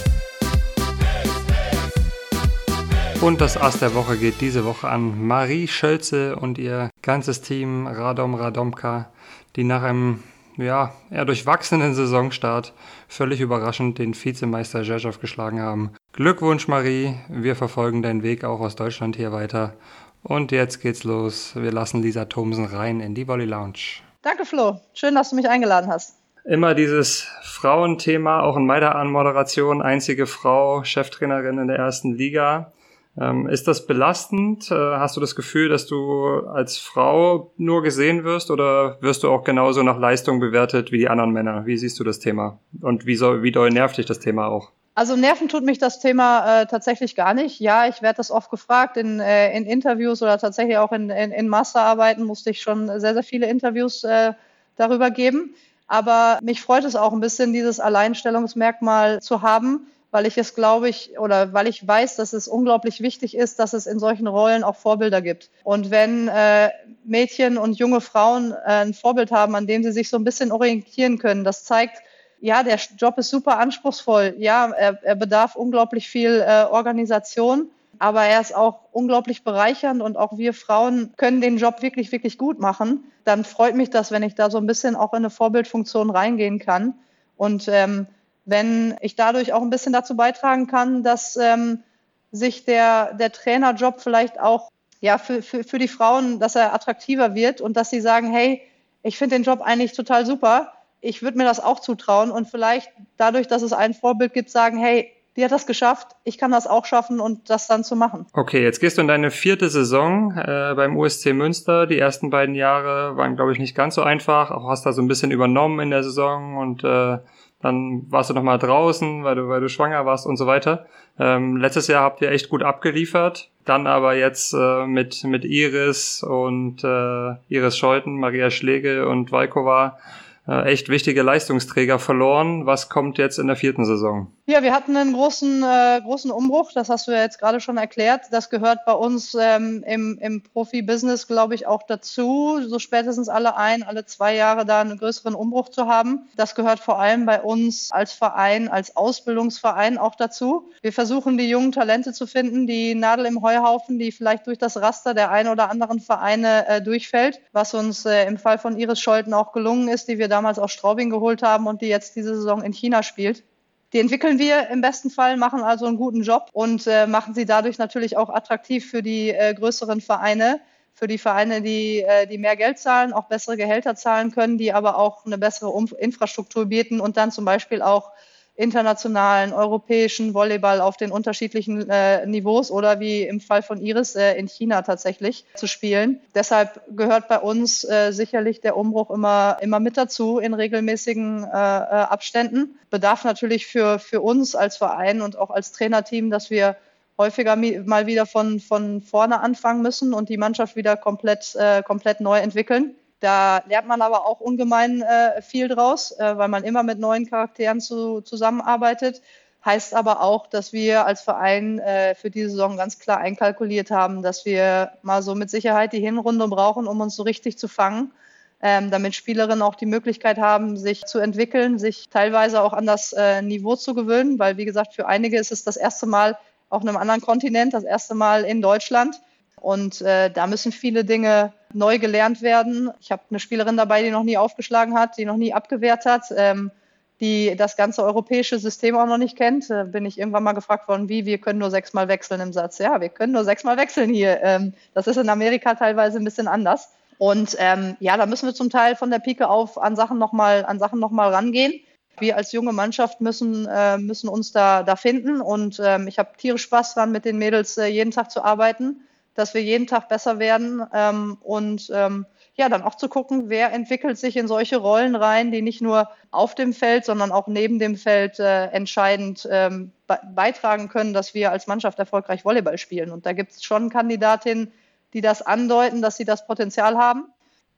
[SPEAKER 1] Und das Ass der Woche geht diese Woche an Marie Schölze und ihr ganzes Team Radom Radomka, die nach einem ja, eher durchwachsenen Saisonstart völlig überraschend den Vizemeister Rzeszów geschlagen haben. Glückwunsch Marie, wir verfolgen deinen Weg auch aus Deutschland hier weiter. Und jetzt geht's los, wir lassen Lisa Thomsen rein in die Volley Lounge.
[SPEAKER 4] Danke Flo, schön, dass du mich eingeladen hast.
[SPEAKER 1] Immer dieses Frauenthema, auch in meiner Anmoderation, einzige Frau, Cheftrainerin in der ersten Liga. Ähm, ist das belastend? Äh, hast du das Gefühl, dass du als Frau nur gesehen wirst oder wirst du auch genauso nach Leistung bewertet wie die anderen Männer? Wie siehst du das Thema? Und wie, so, wie doll nervt dich das Thema auch?
[SPEAKER 4] Also nerven tut mich das Thema äh, tatsächlich gar nicht. Ja, ich werde das oft gefragt in, äh, in Interviews oder tatsächlich auch in, in, in Masterarbeiten musste ich schon sehr, sehr viele Interviews äh, darüber geben. Aber mich freut es auch ein bisschen, dieses Alleinstellungsmerkmal zu haben, weil ich es glaube ich oder weil ich weiß, dass es unglaublich wichtig ist, dass es in solchen Rollen auch Vorbilder gibt. Und wenn äh, Mädchen und junge Frauen äh, ein Vorbild haben, an dem sie sich so ein bisschen orientieren können, das zeigt, ja, der Job ist super anspruchsvoll. Ja, er, er bedarf unglaublich viel äh, Organisation, aber er ist auch unglaublich bereichernd und auch wir Frauen können den Job wirklich, wirklich gut machen. Dann freut mich das, wenn ich da so ein bisschen auch in eine Vorbildfunktion reingehen kann. Und ähm, wenn ich dadurch auch ein bisschen dazu beitragen kann, dass ähm, sich der, der Trainerjob vielleicht auch ja für, für, für die Frauen, dass er attraktiver wird und dass sie sagen, hey, ich finde den Job eigentlich total super, ich würde mir das auch zutrauen und vielleicht dadurch, dass es ein Vorbild gibt, sagen, hey, die hat das geschafft, ich kann das auch schaffen und das dann zu machen.
[SPEAKER 1] Okay, jetzt gehst du in deine vierte Saison äh, beim U S C Münster. Die ersten beiden Jahre waren, glaube ich, nicht ganz so einfach. Auch hast da so ein bisschen übernommen in der Saison und äh, dann warst du nochmal draußen, weil du, weil du schwanger warst und so weiter. Ähm, letztes Jahr habt ihr echt gut abgeliefert. Dann aber jetzt äh, mit mit Iris und äh, Iris Scholten, Maria Schlegel und Valkova äh, echt wichtige Leistungsträger verloren. Was kommt jetzt in der vierten Saison?
[SPEAKER 4] Ja, wir hatten einen großen äh, großen Umbruch, das hast du ja jetzt gerade schon erklärt. Das gehört bei uns ähm, im, im Profi-Business, glaube ich, auch dazu, so spätestens alle ein, alle zwei Jahre da einen größeren Umbruch zu haben. Das gehört vor allem bei uns als Verein, als Ausbildungsverein auch dazu. Wir versuchen, die jungen Talente zu finden, die Nadel im Heuhaufen, die vielleicht durch das Raster der ein oder anderen Vereine äh, durchfällt, was uns äh, im Fall von Iris Scholten auch gelungen ist, die wir damals aus Straubing geholt haben und die jetzt diese Saison in China spielt. Die entwickeln wir im besten Fall, machen also einen guten Job und äh, machen sie dadurch natürlich auch attraktiv für die äh, größeren Vereine, für die Vereine, die, äh, die mehr Geld zahlen, auch bessere Gehälter zahlen können, die aber auch eine bessere um- Infrastruktur bieten und dann zum Beispiel auch internationalen, europäischen Volleyball auf den unterschiedlichen äh, Niveaus oder wie im Fall von Iris äh, in China tatsächlich zu spielen. Deshalb gehört bei uns äh, sicherlich der Umbruch immer, immer mit dazu in regelmäßigen äh, äh, Abständen. Bedarf natürlich für, für uns als Verein und auch als Trainerteam, dass wir häufiger mi- mal wieder von, von vorne anfangen müssen und die Mannschaft wieder komplett, äh, komplett neu entwickeln. Da lernt man aber auch ungemein äh, viel draus, äh, weil man immer mit neuen Charakteren zu, zusammenarbeitet. Heißt aber auch, dass wir als Verein äh, für diese Saison ganz klar einkalkuliert haben, dass wir mal so mit Sicherheit die Hinrunde brauchen, um uns so richtig zu fangen, ähm, damit Spielerinnen auch die Möglichkeit haben, sich zu entwickeln, sich teilweise auch an das äh, Niveau zu gewöhnen, weil wie gesagt, für einige ist es das erste Mal auf einem anderen Kontinent, das erste Mal in Deutschland. Und äh, da müssen viele Dinge neu gelernt werden. Ich habe eine Spielerin dabei, die noch nie aufgeschlagen hat, die noch nie abgewehrt hat, ähm, die das ganze europäische System auch noch nicht kennt. Da bin ich irgendwann mal gefragt worden, wie, wir können nur sechsmal wechseln im Satz. Ja, wir können nur sechsmal wechseln hier. Ähm, das ist in Amerika teilweise ein bisschen anders. Und ähm, ja, da müssen wir zum Teil von der Pike auf an Sachen nochmal an Sachen noch mal rangehen. Wir als junge Mannschaft müssen, äh, müssen uns da, da finden. Und ähm, ich habe tierisch Spaß dran, mit den Mädels äh, jeden Tag zu arbeiten, dass wir jeden Tag besser werden ähm, und ähm, ja, dann auch zu gucken, wer entwickelt sich in solche Rollen rein, die nicht nur auf dem Feld, sondern auch neben dem Feld äh, entscheidend ähm, be- beitragen können, dass wir als Mannschaft erfolgreich Volleyball spielen. Und da gibt es schon Kandidatinnen, die das andeuten, dass sie das Potenzial haben.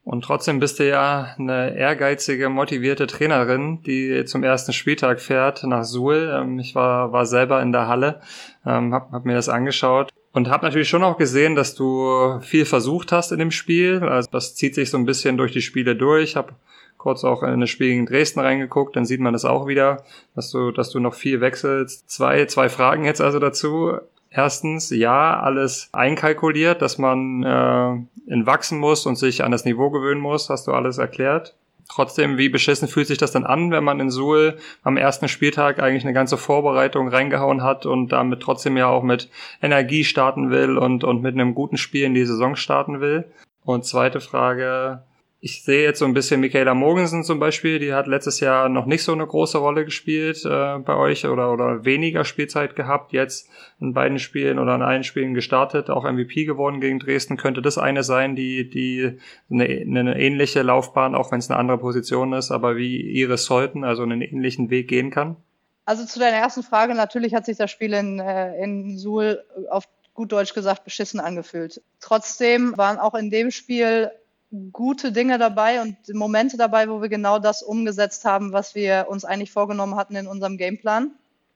[SPEAKER 1] Und trotzdem bist du ja eine ehrgeizige, motivierte Trainerin, die zum ersten Spieltag fährt nach Suhl. Ähm, ich war, war selber in der Halle, ähm, hab, hab mir das angeschaut und habe natürlich schon auch gesehen, dass du viel versucht hast in dem Spiel. Also das zieht sich so ein bisschen durch die Spiele durch. Hab kurz auch in das Spiel gegen Dresden reingeguckt, dann sieht man das auch wieder, dass du, dass du noch viel wechselst. Zwei, zwei Fragen jetzt also dazu. Erstens, ja, alles einkalkuliert, dass man äh, in wachsen muss und sich an das Niveau gewöhnen muss, hast du alles erklärt. Trotzdem, wie beschissen fühlt sich das dann an, wenn man in Suhl am ersten Spieltag eigentlich eine ganze Vorbereitung reingehauen hat und damit trotzdem ja auch mit Energie starten will und, und mit einem guten Spiel in die Saison starten will? Und zweite Frage, ich sehe jetzt so ein bisschen Michaela Mogensen zum Beispiel, die hat letztes Jahr noch nicht so eine große Rolle gespielt äh, bei euch oder oder weniger Spielzeit gehabt, jetzt in beiden Spielen oder in allen Spielen gestartet, auch M V P geworden gegen Dresden. Könnte das eine sein, die die eine, eine ähnliche Laufbahn, auch wenn es eine andere Position ist, aber wie Iris Solten, also einen ähnlichen Weg gehen kann?
[SPEAKER 4] Also zu deiner ersten Frage, natürlich hat sich das Spiel in, äh, in Suhl auf gut Deutsch gesagt beschissen angefühlt. Trotzdem waren auch in dem Spiel gute Dinge dabei und Momente dabei, wo wir genau das umgesetzt haben, was wir uns eigentlich vorgenommen hatten in unserem Gameplan.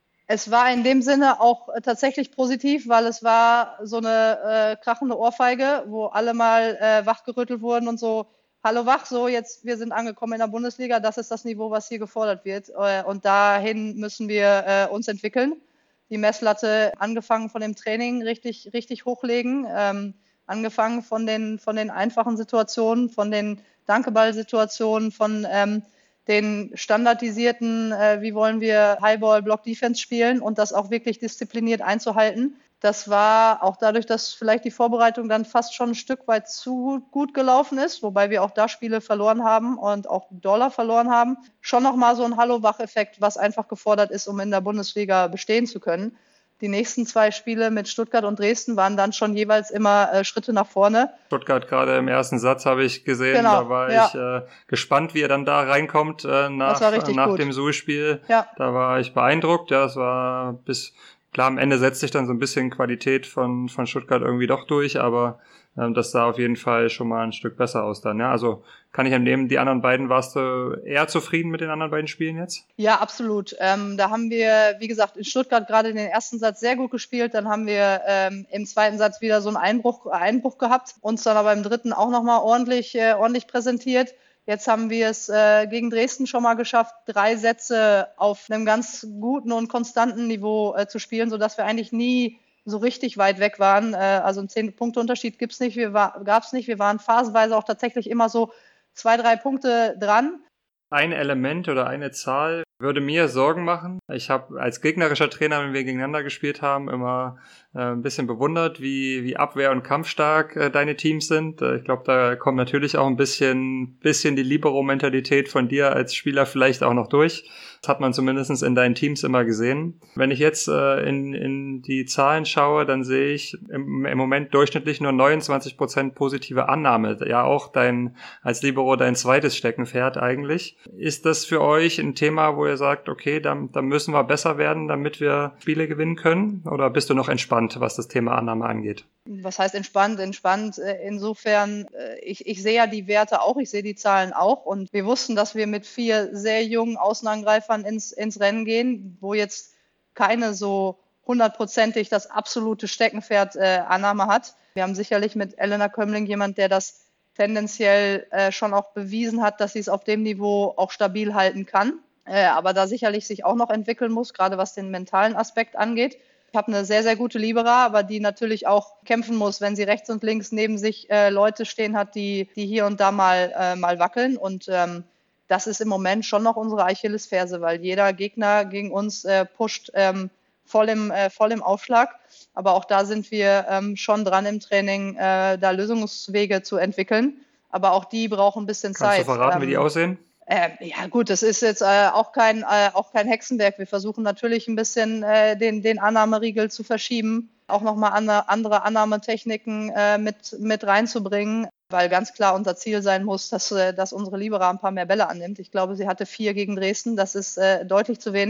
[SPEAKER 4] Es war in dem Sinne auch tatsächlich positiv, weil es war so eine äh, krachende Ohrfeige, wo alle mal äh, wachgerüttelt wurden und so, hallo wach, so jetzt, wir sind angekommen in der Bundesliga, das ist das Niveau, was hier gefordert wird äh, und dahin müssen wir äh, uns entwickeln. Die Messlatte angefangen von dem Training richtig, richtig hochlegen, ähm, angefangen von den von den einfachen Situationen, von den Dankeball-Situationen, von ähm, den standardisierten, äh, wie wollen wir Highball-Block-Defense spielen und das auch wirklich diszipliniert einzuhalten. Das war auch dadurch, dass vielleicht die Vorbereitung dann fast schon ein Stück weit zu gut gelaufen ist, wobei wir auch da Spiele verloren haben und auch Dollar verloren haben, schon nochmal so ein Hallo-Wach-Effekt, was einfach gefordert ist, um in der Bundesliga bestehen zu können. Die nächsten zwei Spiele mit Stuttgart und Dresden waren dann schon jeweils immer äh, Schritte nach vorne.
[SPEAKER 1] Stuttgart gerade im ersten Satz habe ich gesehen,
[SPEAKER 4] genau,
[SPEAKER 1] da war
[SPEAKER 4] ja.
[SPEAKER 1] ich äh, gespannt, wie er dann da reinkommt äh, nach, nach dem Suhl-Spiel.
[SPEAKER 4] Ja.
[SPEAKER 1] Da war ich beeindruckt. Ja, es war bis klar, am Ende setzt sich dann so ein bisschen Qualität von von Stuttgart irgendwie doch durch, aber ähm, das sah auf jeden Fall schon mal ein Stück besser aus dann. Ja, also kann ich entnehmen, die anderen beiden, warst du eher zufrieden mit den anderen beiden Spielen jetzt?
[SPEAKER 4] Ja, absolut. Ähm, da haben wir, wie gesagt, in Stuttgart gerade den ersten Satz sehr gut gespielt. Dann haben wir ähm, im zweiten Satz wieder so einen Einbruch, Einbruch gehabt, uns dann aber im dritten auch nochmal ordentlich, äh, ordentlich präsentiert. Jetzt haben wir es äh, gegen Dresden schon mal geschafft, drei Sätze auf einem ganz guten und konstanten Niveau äh, zu spielen, sodass wir eigentlich nie so richtig weit weg waren. Äh, also einen zehn-Punkte-Unterschied gibt's nicht, wir war, gab's nicht. Wir waren phasenweise auch tatsächlich immer so zwei, drei Punkte dran.
[SPEAKER 1] Ein Element oder eine Zahl würde mir Sorgen machen. Ich habe als gegnerischer Trainer, wenn wir gegeneinander gespielt haben, immer äh, ein bisschen bewundert, wie wie abwehr- und kampfstark äh, deine Teams sind. Äh, ich glaube, da kommt natürlich auch ein bisschen bisschen die Libero-Mentalität von dir als Spieler vielleicht auch noch durch. Das hat man zumindest in deinen Teams immer gesehen. Wenn ich jetzt äh, in in die Zahlen schaue, dann sehe ich im, im Moment durchschnittlich nur neunundzwanzig Prozent positive Annahme. Ja, auch dein als Libero dein zweites Steckenpferd eigentlich. Ist das für euch ein Thema, wo ihr sagt, okay, da, da müssen wir besser werden, damit wir Spiele gewinnen können? Oder bist du noch entspannt, was das Thema Annahme angeht?
[SPEAKER 4] Was heißt entspannt? Entspannt insofern, ich, ich sehe ja die Werte auch, ich sehe die Zahlen auch und wir wussten, dass wir mit vier sehr jungen Außenangreifern ins, ins Rennen gehen, wo jetzt keine so hundertprozentig das absolute Steckenpferd äh, Annahme hat. Wir haben sicherlich mit Elena Kömmling jemand, der das tendenziell äh, schon auch bewiesen hat, dass sie es auf dem Niveau auch stabil halten kann, äh, aber da sicherlich sich auch noch entwickeln muss, gerade was den mentalen Aspekt angeht. Ich habe eine sehr, sehr gute Libera, aber die natürlich auch kämpfen muss, wenn sie rechts und links neben sich äh, Leute stehen hat, die die hier und da mal äh, mal wackeln. Und ähm, das ist im Moment schon noch unsere Achillesferse, weil jeder Gegner gegen uns äh, pusht ähm, voll im äh, voll im Aufschlag. Aber auch da sind wir ähm, schon dran im Training, äh, da Lösungswege zu entwickeln. Aber auch die brauchen ein bisschen Zeit.
[SPEAKER 1] Kannst du verraten,
[SPEAKER 4] ähm,
[SPEAKER 1] wie die aussehen?
[SPEAKER 4] Äh, ja gut, das ist jetzt äh, auch kein äh, auch kein Hexenwerk. Wir versuchen natürlich ein bisschen äh, den den Annahmeriegel zu verschieben, auch nochmal andere, andere Annahmetechniken äh, mit mit reinzubringen, weil ganz klar unser Ziel sein muss, dass äh, dass unsere Libera ein paar mehr Bälle annimmt. Ich glaube, sie hatte vier gegen Dresden, das ist äh, deutlich zu wenig.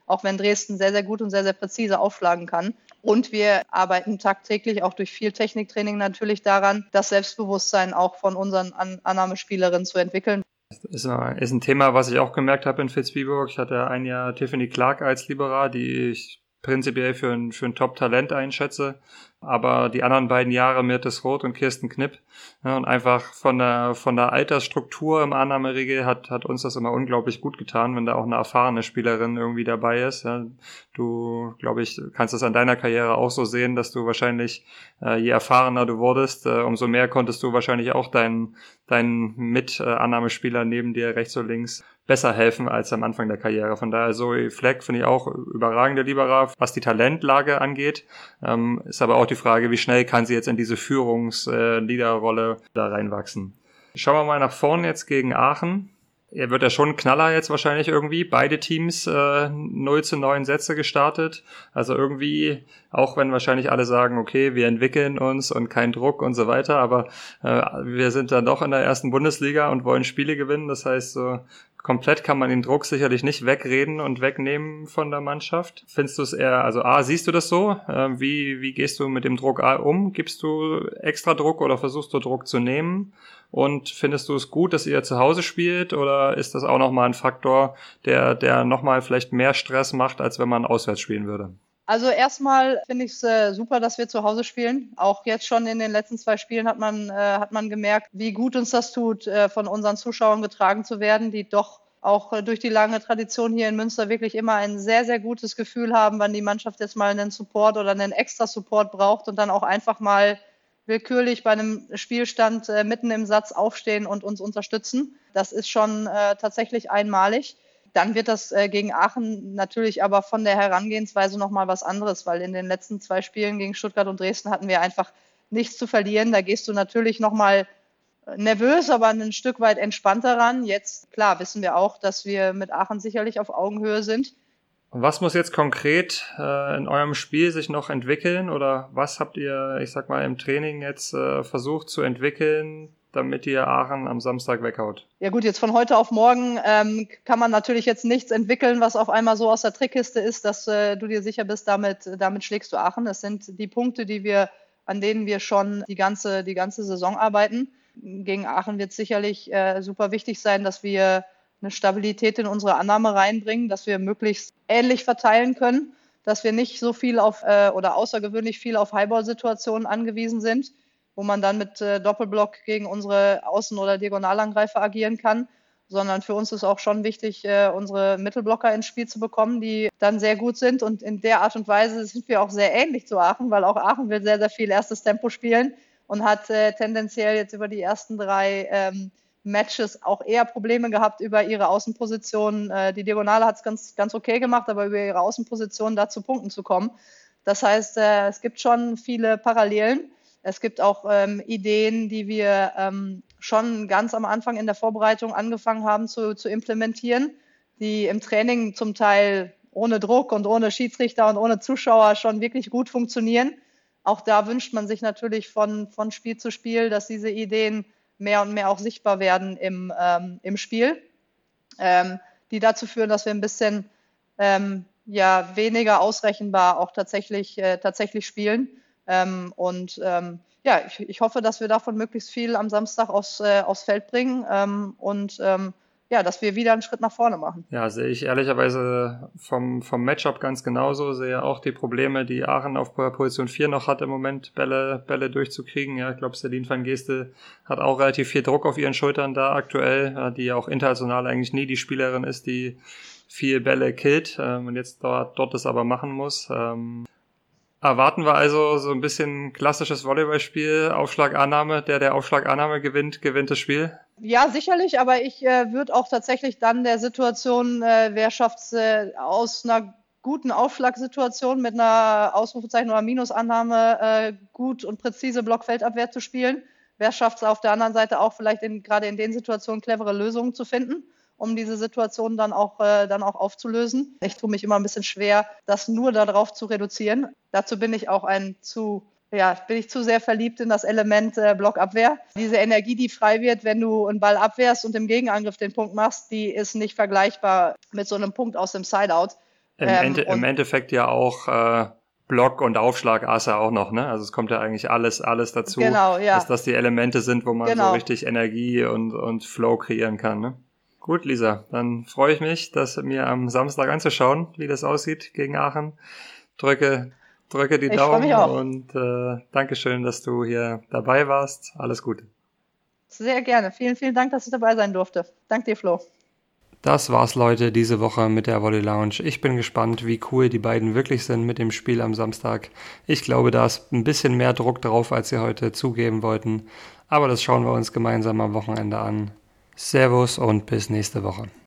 [SPEAKER 4] auch wenn Dresden sehr, sehr gut und sehr, sehr präzise aufschlagen kann. Und wir arbeiten tagtäglich auch durch viel Techniktraining natürlich daran, das Selbstbewusstsein auch von unseren An- Annahmespielerinnen zu entwickeln.
[SPEAKER 1] Das ist ein Thema, was ich auch gemerkt habe in Vilsbiburg. Ich hatte ein Jahr Tiffany Clark als Libera, die ich prinzipiell für ein, für ein Top-Talent einschätze. Aber die anderen beiden Jahre Mirtes Roth und Kirsten Knipp, ja, und einfach von der von der Altersstruktur im Annahmeregel hat hat uns das immer unglaublich gut getan, wenn da auch eine erfahrene Spielerin irgendwie dabei ist. Ja. Du, glaube ich, kannst das an deiner Karriere auch so sehen, dass du wahrscheinlich, äh, je erfahrener du wurdest, äh, umso mehr konntest du wahrscheinlich auch deinen deinen Mit-Annahmespieler neben dir rechts und links besser helfen als am Anfang der Karriere. Von daher Zoe Fleck finde ich auch überragende Libera, was die Talentlage angeht. Ähm, ist aber auch die Frage, wie schnell kann sie jetzt in diese Führungs-Leaderrolle äh, da reinwachsen. Schauen wir mal nach vorne jetzt gegen Aachen. Er wird ja schon ein Knaller jetzt wahrscheinlich irgendwie. Beide Teams äh, null zu neun Sätze gestartet. Also irgendwie, auch wenn wahrscheinlich alle sagen, okay, wir entwickeln uns und kein Druck und so weiter, aber äh, wir sind dann doch in der ersten Bundesliga und wollen Spiele gewinnen. Das heißt, so komplett kann man den Druck sicherlich nicht wegreden und wegnehmen von der Mannschaft. Findest du es eher, also A, siehst du das so? Äh, wie, wie gehst du mit dem Druck um? Gibst du extra Druck oder versuchst du Druck zu nehmen? Und findest du es gut, dass ihr zu Hause spielt, oder ist das auch nochmal ein Faktor, der, der nochmal vielleicht mehr Stress macht, als wenn man auswärts spielen würde?
[SPEAKER 4] Also erstmal finde ich es äh, super, dass wir zu Hause spielen. Auch jetzt schon in den letzten zwei Spielen hat man, äh, hat man gemerkt, wie gut uns das tut, äh, von unseren Zuschauern getragen zu werden, die doch auch äh, durch die lange Tradition hier in Münster wirklich immer ein sehr, sehr gutes Gefühl haben, wann die Mannschaft jetzt mal einen Support oder einen extra Support braucht und dann auch einfach mal willkürlich bei einem Spielstand äh, mitten im Satz aufstehen und uns unterstützen. Das ist schon äh, tatsächlich einmalig. Dann wird das äh, gegen Aachen natürlich aber von der Herangehensweise nochmal was anderes, weil in den letzten zwei Spielen gegen Stuttgart und Dresden hatten wir einfach nichts zu verlieren. Da gehst du natürlich nochmal nervös, aber ein Stück weit entspannter ran. Jetzt, klar, wissen wir auch, dass wir mit Aachen sicherlich auf Augenhöhe sind.
[SPEAKER 1] Was muss jetzt konkret äh, in eurem Spiel sich noch entwickeln, oder was habt ihr, ich sag mal, im Training jetzt äh, versucht zu entwickeln, damit ihr Aachen am Samstag weghaut?
[SPEAKER 4] Ja gut, jetzt von heute auf morgen ähm, kann man natürlich jetzt nichts entwickeln, was auf einmal so aus der Trickkiste ist, dass äh, du dir sicher bist, damit, damit schlägst du Aachen. Das sind die Punkte, die wir, an denen wir schon die ganze, die ganze Saison arbeiten. Gegen Aachen wird sicherlich äh, super wichtig sein, dass wir eine Stabilität in unsere Annahme reinbringen, dass wir möglichst ähnlich verteilen können, dass wir nicht so viel auf äh, oder außergewöhnlich viel auf Highball-Situationen angewiesen sind, wo man dann mit äh, Doppelblock gegen unsere Außen- oder Diagonalangreifer agieren kann, sondern für uns ist auch schon wichtig, äh, unsere Mittelblocker ins Spiel zu bekommen, die dann sehr gut sind, und in der Art und Weise sind wir auch sehr ähnlich zu Aachen, weil auch Aachen will sehr, sehr viel erstes Tempo spielen und hat äh, tendenziell jetzt über die ersten drei ähm, Matches auch eher Probleme gehabt über ihre Außenposition. Äh, die Diagonale hat es ganz, ganz okay gemacht, aber über ihre Außenposition da zu Punkten zu kommen. Das heißt, äh, es gibt schon viele Parallelen. Es gibt auch ähm, Ideen, die wir ähm, schon ganz am Anfang in der Vorbereitung angefangen haben zu, zu implementieren, die im Training zum Teil ohne Druck und ohne Schiedsrichter und ohne Zuschauer schon wirklich gut funktionieren. Auch da wünscht man sich natürlich von, von Spiel zu Spiel, dass diese Ideen mehr und mehr auch sichtbar werden im, ähm, im Spiel, ähm, die dazu führen, dass wir ein bisschen ähm, ja, weniger ausrechenbar auch tatsächlich, äh, tatsächlich spielen. Ähm, und ähm, ja, ich, ich hoffe, dass wir davon möglichst viel am Samstag aufs, äh, aufs Feld bringen ähm, und ähm, ja, dass wir wieder einen Schritt nach vorne machen.
[SPEAKER 1] Ja, sehe ich ehrlicherweise vom, vom Matchup ganz genauso. Sehe auch die Probleme, die Aachen auf Position vier noch hat im Moment, Bälle, Bälle durchzukriegen. Ja, ich glaube, Celine van Geeste hat auch relativ viel Druck auf ihren Schultern da aktuell, ja, die ja auch international eigentlich nie die Spielerin ist, die viel Bälle killt ähm, und jetzt dort, dort das aber machen muss. Ähm, Erwarten wir also so ein bisschen klassisches Volleyballspiel, Aufschlagannahme, der der Aufschlagannahme gewinnt, gewinnt das Spiel?
[SPEAKER 4] Ja, sicherlich, aber ich äh, würde auch tatsächlich dann der Situation, äh, wer schafft es äh, aus einer guten Aufschlagsituation mit einer Ausrufezeichen oder Minusannahme äh, gut und präzise Blockfeldabwehr zu spielen, wer schafft es auf der anderen Seite auch vielleicht in, gerade in den Situationen clevere Lösungen zu finden, um diese Situation dann auch, äh, dann auch aufzulösen. Ich tue mich immer ein bisschen schwer, das nur darauf zu reduzieren. Dazu bin ich auch ein zu, ja, bin ich zu sehr verliebt in das Element äh, Blockabwehr. Diese Energie, die frei wird, wenn du einen Ball abwehrst und im Gegenangriff den Punkt machst, die ist nicht vergleichbar mit so einem Punkt aus dem Sideout,
[SPEAKER 1] Im,
[SPEAKER 4] Ähm,
[SPEAKER 1] Ende, im Endeffekt ja auch äh, Block und Aufschlag Asse auch noch, ne? Also es kommt ja eigentlich alles, alles dazu,
[SPEAKER 4] Genau, ja.
[SPEAKER 1] dass das die Elemente sind, wo man
[SPEAKER 4] Genau.
[SPEAKER 1] so richtig Energie und, und Flow kreieren kann, ne? Gut, Lisa, dann freue ich mich, das mir am Samstag anzuschauen, wie das aussieht gegen Aachen. Drücke, drücke die
[SPEAKER 4] Ich freu mich
[SPEAKER 1] Daumen
[SPEAKER 4] auch.
[SPEAKER 1] und äh, Dankeschön, dass du hier dabei warst. Alles Gute.
[SPEAKER 4] Sehr gerne. Vielen, vielen Dank, dass ich dabei sein durfte. Dank dir, Flo.
[SPEAKER 1] Das war's, Leute, diese Woche mit der Volley Lounge. Ich bin gespannt, wie cool die beiden wirklich sind mit dem Spiel am Samstag. Ich glaube, da ist ein bisschen mehr Druck drauf, als sie heute zugeben wollten. Aber das schauen wir uns gemeinsam am Wochenende an. Servus und bis nächste Woche.